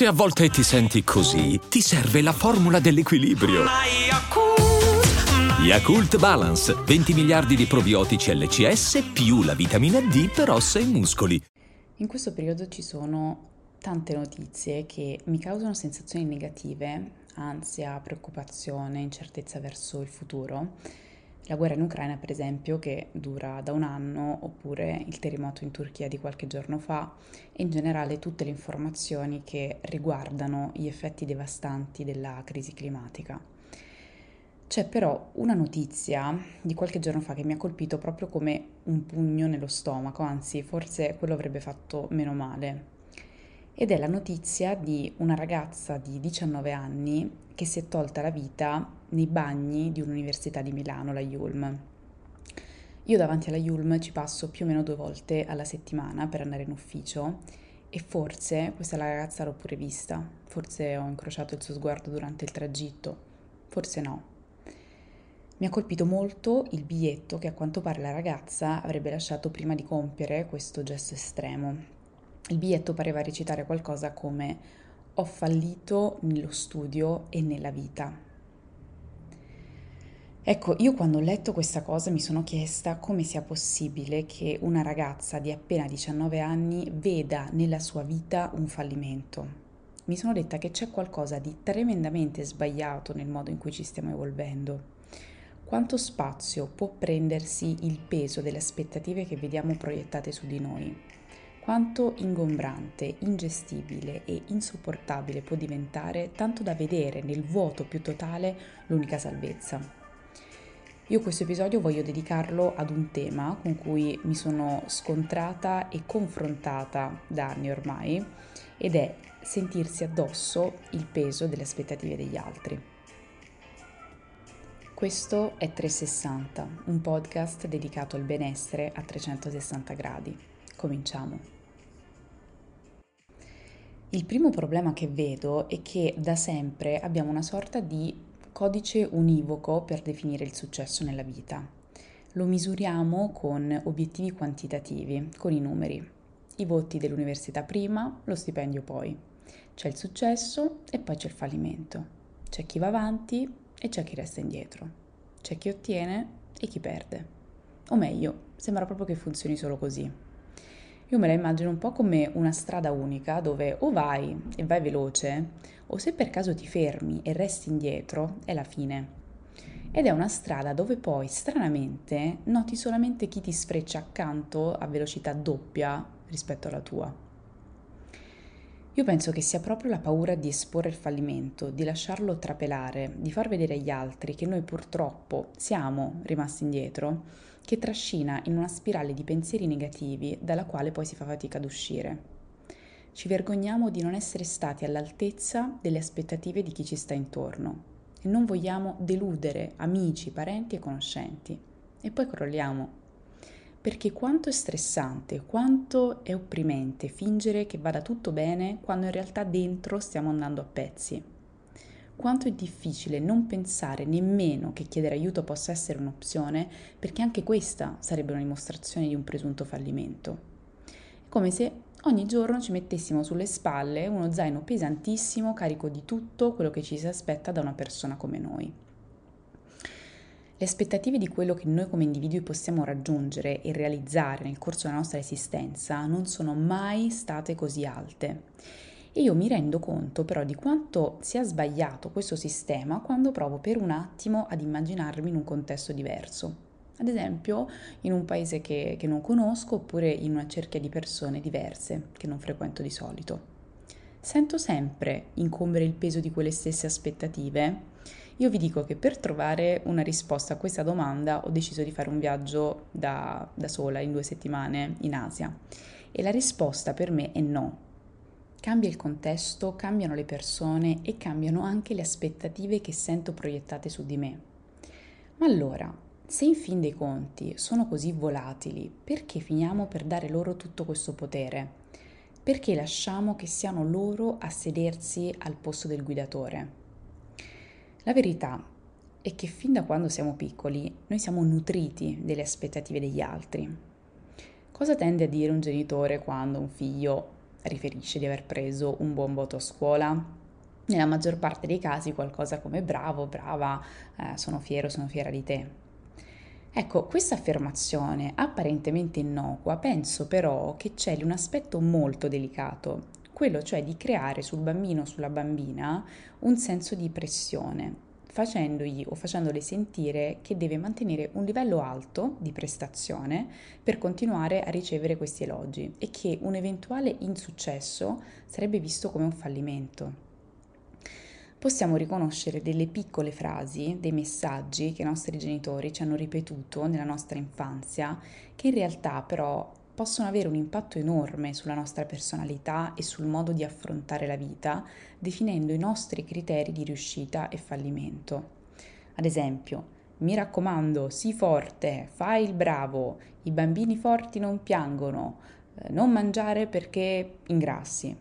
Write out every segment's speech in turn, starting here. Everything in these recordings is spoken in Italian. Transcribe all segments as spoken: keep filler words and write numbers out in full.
Se a volte ti senti così, ti serve la formula dell'equilibrio. Yakult Balance, venti miliardi di probiotici L C S più la vitamina D per ossa e muscoli. In questo periodo ci sono tante notizie che mi causano sensazioni negative, ansia, preoccupazione, incertezza verso il futuro. La guerra in Ucraina, per esempio, che dura da un anno, oppure il terremoto in Turchia di qualche giorno fa, e in generale tutte le informazioni che riguardano gli effetti devastanti della crisi climatica. C'è però una notizia di qualche giorno fa che mi ha colpito proprio come un pugno nello stomaco, anzi forse quello avrebbe fatto meno male. Ed è la notizia di una ragazza di diciannove anni che si è tolta la vita nei bagni di un'università di Milano, la Yulm. Io davanti alla Yulm ci passo più o meno due volte alla settimana per andare in ufficio e forse questa ragazza l'ho pure vista, forse ho incrociato il suo sguardo durante il tragitto, forse no. Mi ha colpito molto il biglietto che a quanto pare la ragazza avrebbe lasciato prima di compiere questo gesto estremo. Il biglietto pareva recitare qualcosa come «Ho fallito nello studio e nella vita». Ecco, io quando ho letto questa cosa mi sono chiesta come sia possibile che una ragazza di appena diciannove anni veda nella sua vita un fallimento. Mi sono detta che c'è qualcosa di tremendamente sbagliato nel modo in cui ci stiamo evolvendo. Quanto spazio può prendersi il peso delle aspettative che vediamo proiettate su di noi? Quanto ingombrante, ingestibile e insopportabile può diventare tanto da vedere nel vuoto più totale l'unica salvezza? Io questo episodio voglio dedicarlo ad un tema con cui mi sono scontrata e confrontata da anni ormai, ed è sentirsi addosso il peso delle aspettative degli altri. Questo è trecentosessanta, un podcast dedicato al benessere a trecentosessanta gradi. Cominciamo. Il primo problema che vedo è che da sempre abbiamo una sorta di codice univoco per definire il successo nella vita. Lo misuriamo con obiettivi quantitativi, con i numeri. I voti dell'università prima, lo stipendio poi. C'è il successo e poi c'è il fallimento. C'è chi va avanti e c'è chi resta indietro. C'è chi ottiene e chi perde. O meglio, sembra proprio che funzioni solo così. Io me la immagino un po' come una strada unica dove o vai e vai veloce, o se per caso ti fermi e resti indietro, è la fine. Ed è una strada dove poi, stranamente, noti solamente chi ti sfreccia accanto a velocità doppia rispetto alla tua. Io penso che sia proprio la paura di esporre il fallimento, di lasciarlo trapelare, di far vedere agli altri che noi purtroppo siamo rimasti indietro, che trascina in una spirale di pensieri negativi dalla quale poi si fa fatica ad uscire. Ci vergogniamo di non essere stati all'altezza delle aspettative di chi ci sta intorno e non vogliamo deludere amici, parenti e conoscenti. E poi crolliamo. Perché quanto è stressante, quanto è opprimente fingere che vada tutto bene quando in realtà dentro stiamo andando a pezzi. Quanto è difficile non pensare nemmeno che chiedere aiuto possa essere un'opzione, perché anche questa sarebbe una dimostrazione di un presunto fallimento. È come se ogni giorno ci mettessimo sulle spalle uno zaino pesantissimo, carico di tutto quello che ci si aspetta da una persona come noi. Le aspettative di quello che noi come individui possiamo raggiungere e realizzare nel corso della nostra esistenza non sono mai state così alte. E io mi rendo conto però di quanto sia sbagliato questo sistema quando provo per un attimo ad immaginarmi in un contesto diverso. Ad esempio in un paese che, che non conosco oppure in una cerchia di persone diverse che non frequento di solito. Sento sempre incombere il peso di quelle stesse aspettative. Io vi dico che per trovare una risposta a questa domanda ho deciso di fare un viaggio da, da sola in due settimane in Asia e la risposta per me è no. Cambia il contesto, cambiano le persone e cambiano anche le aspettative che sento proiettate su di me. Ma allora, se in fin dei conti sono così volatili, perché finiamo per dare loro tutto questo potere? Perché lasciamo che siano loro a sedersi al posto del guidatore? La verità è che fin da quando siamo piccoli noi siamo nutriti delle aspettative degli altri. Cosa tende a dire un genitore quando un figlio riferisce di aver preso un buon voto a scuola. Nella maggior parte dei casi qualcosa come bravo, brava, eh, sono fiero, sono fiera di te. Ecco, questa affermazione apparentemente innocua, penso però che c'è un aspetto molto delicato, quello cioè di creare sul bambino o sulla bambina un senso di pressione, facendogli o facendole sentire che deve mantenere un livello alto di prestazione per continuare a ricevere questi elogi e che un eventuale insuccesso sarebbe visto come un fallimento. Possiamo riconoscere delle piccole frasi, dei messaggi che i nostri genitori ci hanno ripetuto nella nostra infanzia, che in realtà però possono avere un impatto enorme sulla nostra personalità e sul modo di affrontare la vita, definendo i nostri criteri di riuscita e fallimento. Ad esempio, mi raccomando, sii forte, fai il bravo, i bambini forti non piangono, eh, non mangiare perché ingrassi.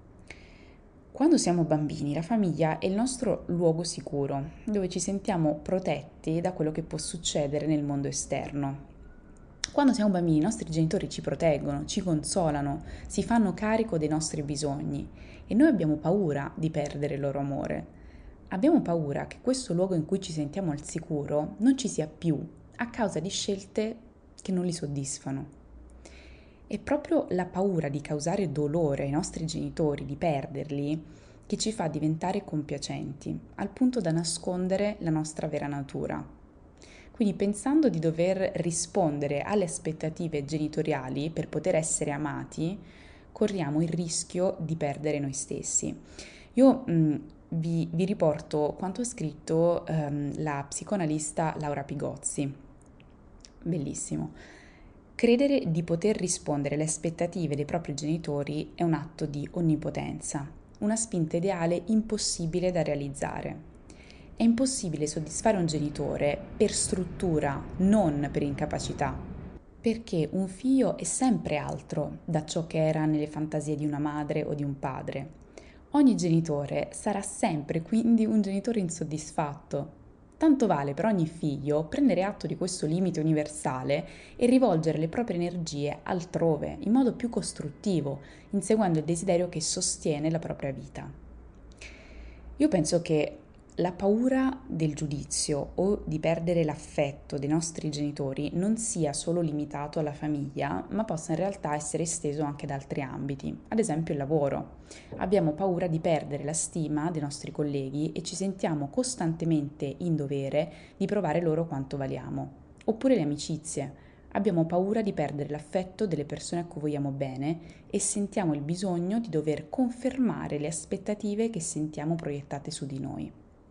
Quando siamo bambini, la famiglia è il nostro luogo sicuro, dove ci sentiamo protetti da quello che può succedere nel mondo esterno. Quando siamo bambini, i nostri genitori ci proteggono, ci consolano, si fanno carico dei nostri bisogni e noi abbiamo paura di perdere il loro amore. Abbiamo paura che questo luogo in cui ci sentiamo al sicuro non ci sia più a causa di scelte che non li soddisfano. È proprio la paura di causare dolore ai nostri genitori, di perderli, che ci fa diventare compiacenti, al punto da nascondere la nostra vera natura. Quindi pensando di dover rispondere alle aspettative genitoriali per poter essere amati, corriamo il rischio di perdere noi stessi. Io mh, vi, vi riporto quanto ha scritto ehm, la psicoanalista Laura Pigozzi. Bellissimo. Credere di poter rispondere alle aspettative dei propri genitori è un atto di onnipotenza, una spinta ideale impossibile da realizzare. È impossibile soddisfare un genitore per struttura, non per incapacità, perché un figlio è sempre altro da ciò che era nelle fantasie di una madre o di un padre. Ogni genitore sarà sempre quindi un genitore insoddisfatto. Tanto vale per ogni figlio prendere atto di questo limite universale e rivolgere le proprie energie altrove, in modo più costruttivo, inseguendo il desiderio che sostiene la propria vita. Io penso che la paura del giudizio o di perdere l'affetto dei nostri genitori non sia solo limitato alla famiglia, ma possa in realtà essere esteso anche ad altri ambiti, ad esempio il lavoro. Abbiamo paura di perdere la stima dei nostri colleghi e ci sentiamo costantemente in dovere di provare loro quanto valiamo. Oppure le amicizie. Abbiamo paura di perdere l'affetto delle persone a cui vogliamo bene e sentiamo il bisogno di dover confermare le aspettative che sentiamo proiettate su di noi.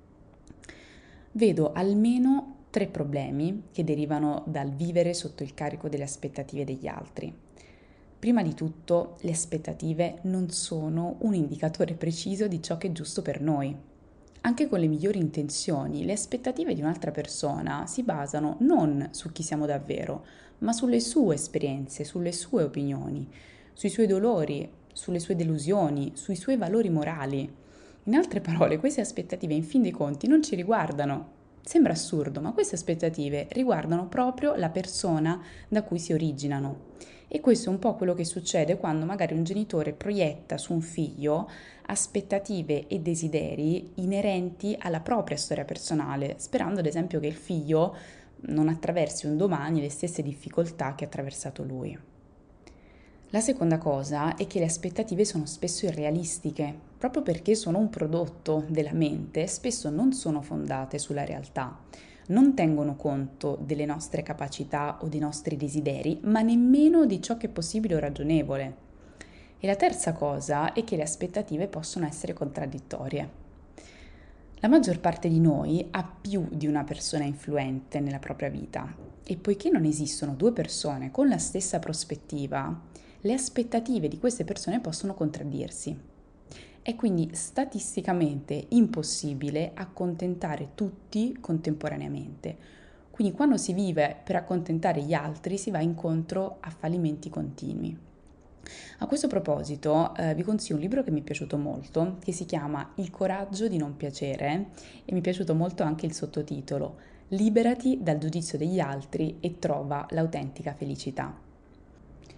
Vedo almeno tre problemi che derivano dal vivere sotto il carico delle aspettative degli altri. Prima di tutto, le aspettative non sono un indicatore preciso di ciò che è giusto per noi. Anche con le migliori intenzioni, le aspettative di un'altra persona si basano non su chi siamo davvero, ma sulle sue esperienze, sulle sue opinioni, sui suoi dolori, sulle sue delusioni, sui suoi valori morali. In altre parole, queste aspettative in fin dei conti non ci riguardano. Sembra assurdo, ma queste aspettative riguardano proprio la persona da cui si originano. E questo è un po' quello che succede quando magari un genitore proietta su un figlio aspettative e desideri inerenti alla propria storia personale, sperando ad esempio che il figlio non attraversi un domani le stesse difficoltà che ha attraversato lui. La seconda cosa è che le aspettative sono spesso irrealistiche, proprio perché sono un prodotto della mente, spesso non sono fondate sulla realtà, non tengono conto delle nostre capacità o dei nostri desideri, ma nemmeno di ciò che è possibile o ragionevole. E la terza cosa è che le aspettative possono essere contraddittorie. La maggior parte di noi ha più di una persona influente nella propria vita e poiché non esistono due persone con la stessa prospettiva, le aspettative di queste persone possono contraddirsi. È quindi statisticamente impossibile accontentare tutti contemporaneamente. Quindi quando si vive per accontentare gli altri si va incontro a fallimenti continui. A questo proposito eh, vi consiglio un libro che mi è piaciuto molto, che si chiama Il coraggio di non piacere e mi è piaciuto molto anche il sottotitolo Liberati dal giudizio degli altri e trova l'autentica felicità.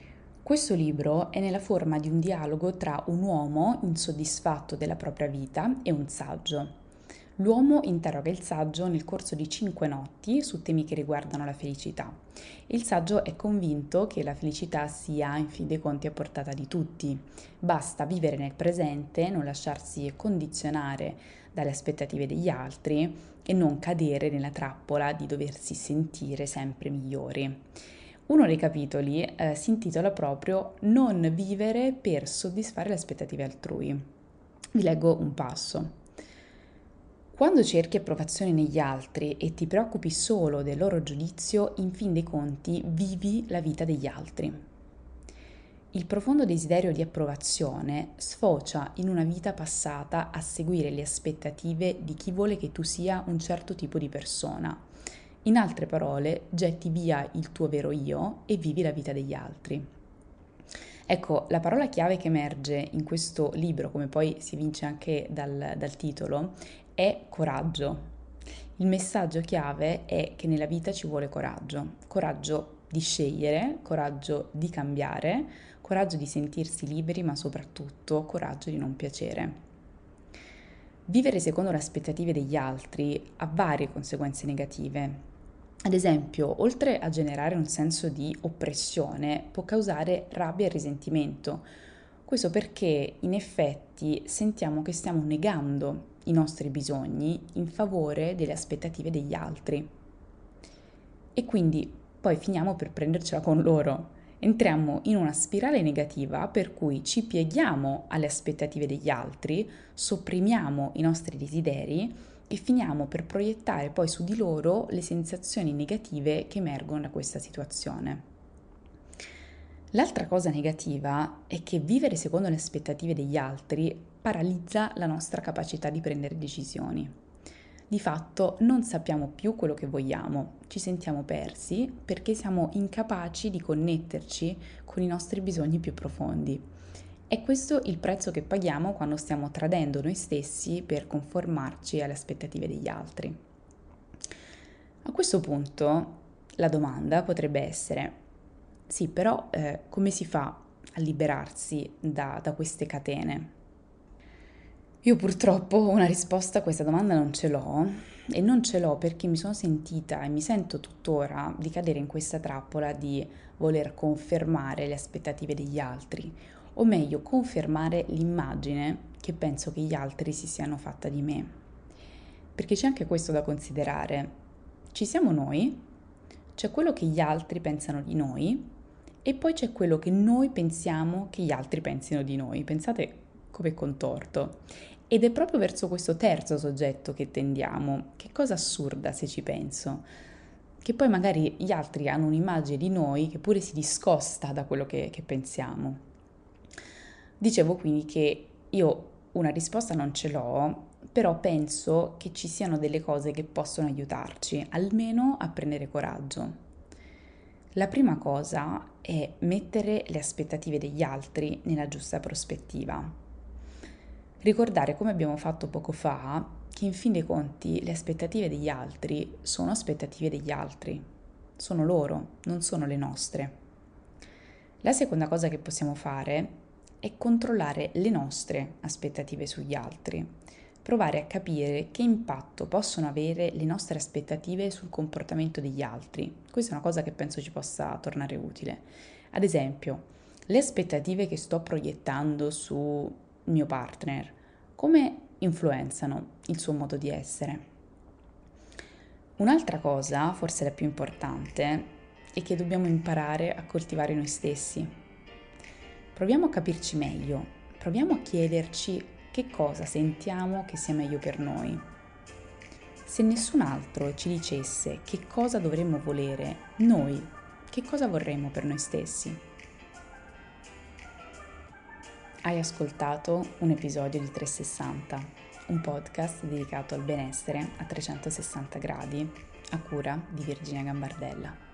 Questo libro è nella forma di un dialogo tra un uomo insoddisfatto della propria vita e un saggio. L'uomo interroga il saggio nel corso di cinque notti su temi che riguardano la felicità. Il saggio è convinto che la felicità sia, in fin dei conti, a portata di tutti. Basta vivere nel presente, non lasciarsi condizionare dalle aspettative degli altri e non cadere nella trappola di doversi sentire sempre migliori. Uno dei capitoli eh, si intitola proprio Non vivere per soddisfare le aspettative altrui. Vi leggo un passo. Quando cerchi approvazione negli altri e ti preoccupi solo del loro giudizio, in fin dei conti vivi la vita degli altri. Il profondo desiderio di approvazione sfocia in una vita passata a seguire le aspettative di chi vuole che tu sia un certo tipo di persona. In altre parole, getti via il tuo vero io e vivi la vita degli altri. Ecco, la parola chiave che emerge in questo libro, come poi si evince anche dal, dal titolo, è coraggio. Il messaggio chiave è che nella vita ci vuole coraggio, coraggio di scegliere, coraggio di cambiare, coraggio di sentirsi liberi, ma soprattutto coraggio di non piacere. Vivere secondo le aspettative degli altri ha varie conseguenze negative. Ad esempio, oltre a generare un senso di oppressione, può causare rabbia e risentimento. Questo perché in effetti sentiamo che stiamo negando i nostri bisogni in favore delle aspettative degli altri. E quindi poi finiamo per prendercela con loro. Entriamo in una spirale negativa per cui ci pieghiamo alle aspettative degli altri, sopprimiamo i nostri desideri e finiamo per proiettare poi su di loro le sensazioni negative che emergono da questa situazione. L'altra cosa negativa è che vivere secondo le aspettative degli altri paralizza la nostra capacità di prendere decisioni. Di fatto non sappiamo più quello che vogliamo, ci sentiamo persi perché siamo incapaci di connetterci con i nostri bisogni più profondi. È questo il prezzo che paghiamo quando stiamo tradendo noi stessi per conformarci alle aspettative degli altri. A questo punto la domanda potrebbe essere: sì, però eh, come si fa a liberarsi da, da queste catene? Io purtroppo una risposta a questa domanda non ce l'ho e non ce l'ho perché mi sono sentita e mi sento tuttora di cadere in questa trappola di voler confermare le aspettative degli altri, o meglio confermare l'immagine che penso che gli altri si siano fatta di me. Perché c'è anche questo da considerare. Ci siamo noi, c'è quello che gli altri pensano di noi e poi c'è quello che noi pensiamo che gli altri pensino di noi. Pensate come contorto. Ed è proprio verso questo terzo soggetto che tendiamo. Che cosa assurda se ci penso. Che poi magari gli altri hanno un'immagine di noi che pure si discosta da quello che, che pensiamo. Dicevo quindi che io una risposta non ce l'ho, però penso che ci siano delle cose che possono aiutarci, almeno a prendere coraggio. La prima cosa è mettere le aspettative degli altri nella giusta prospettiva. Ricordare, come abbiamo fatto poco fa, che in fin dei conti le aspettative degli altri sono aspettative degli altri, sono loro, non sono le nostre. La seconda cosa che possiamo fare è controllare le nostre aspettative sugli altri, provare a capire che impatto possono avere le nostre aspettative sul comportamento degli altri. Questa è una cosa che penso ci possa tornare utile. Ad esempio, le aspettative che sto proiettando sul mio partner, come influenzano il suo modo di essere? Un'altra cosa, forse la più importante, è che dobbiamo imparare a coltivare noi stessi. Proviamo a capirci meglio, proviamo a chiederci che cosa sentiamo che sia meglio per noi. Se nessun altro ci dicesse che cosa dovremmo volere, noi che cosa vorremmo per noi stessi? Hai ascoltato un episodio di trecentosessanta, un podcast dedicato al benessere a trecentosessanta gradi, a cura di Virginia Gambardella.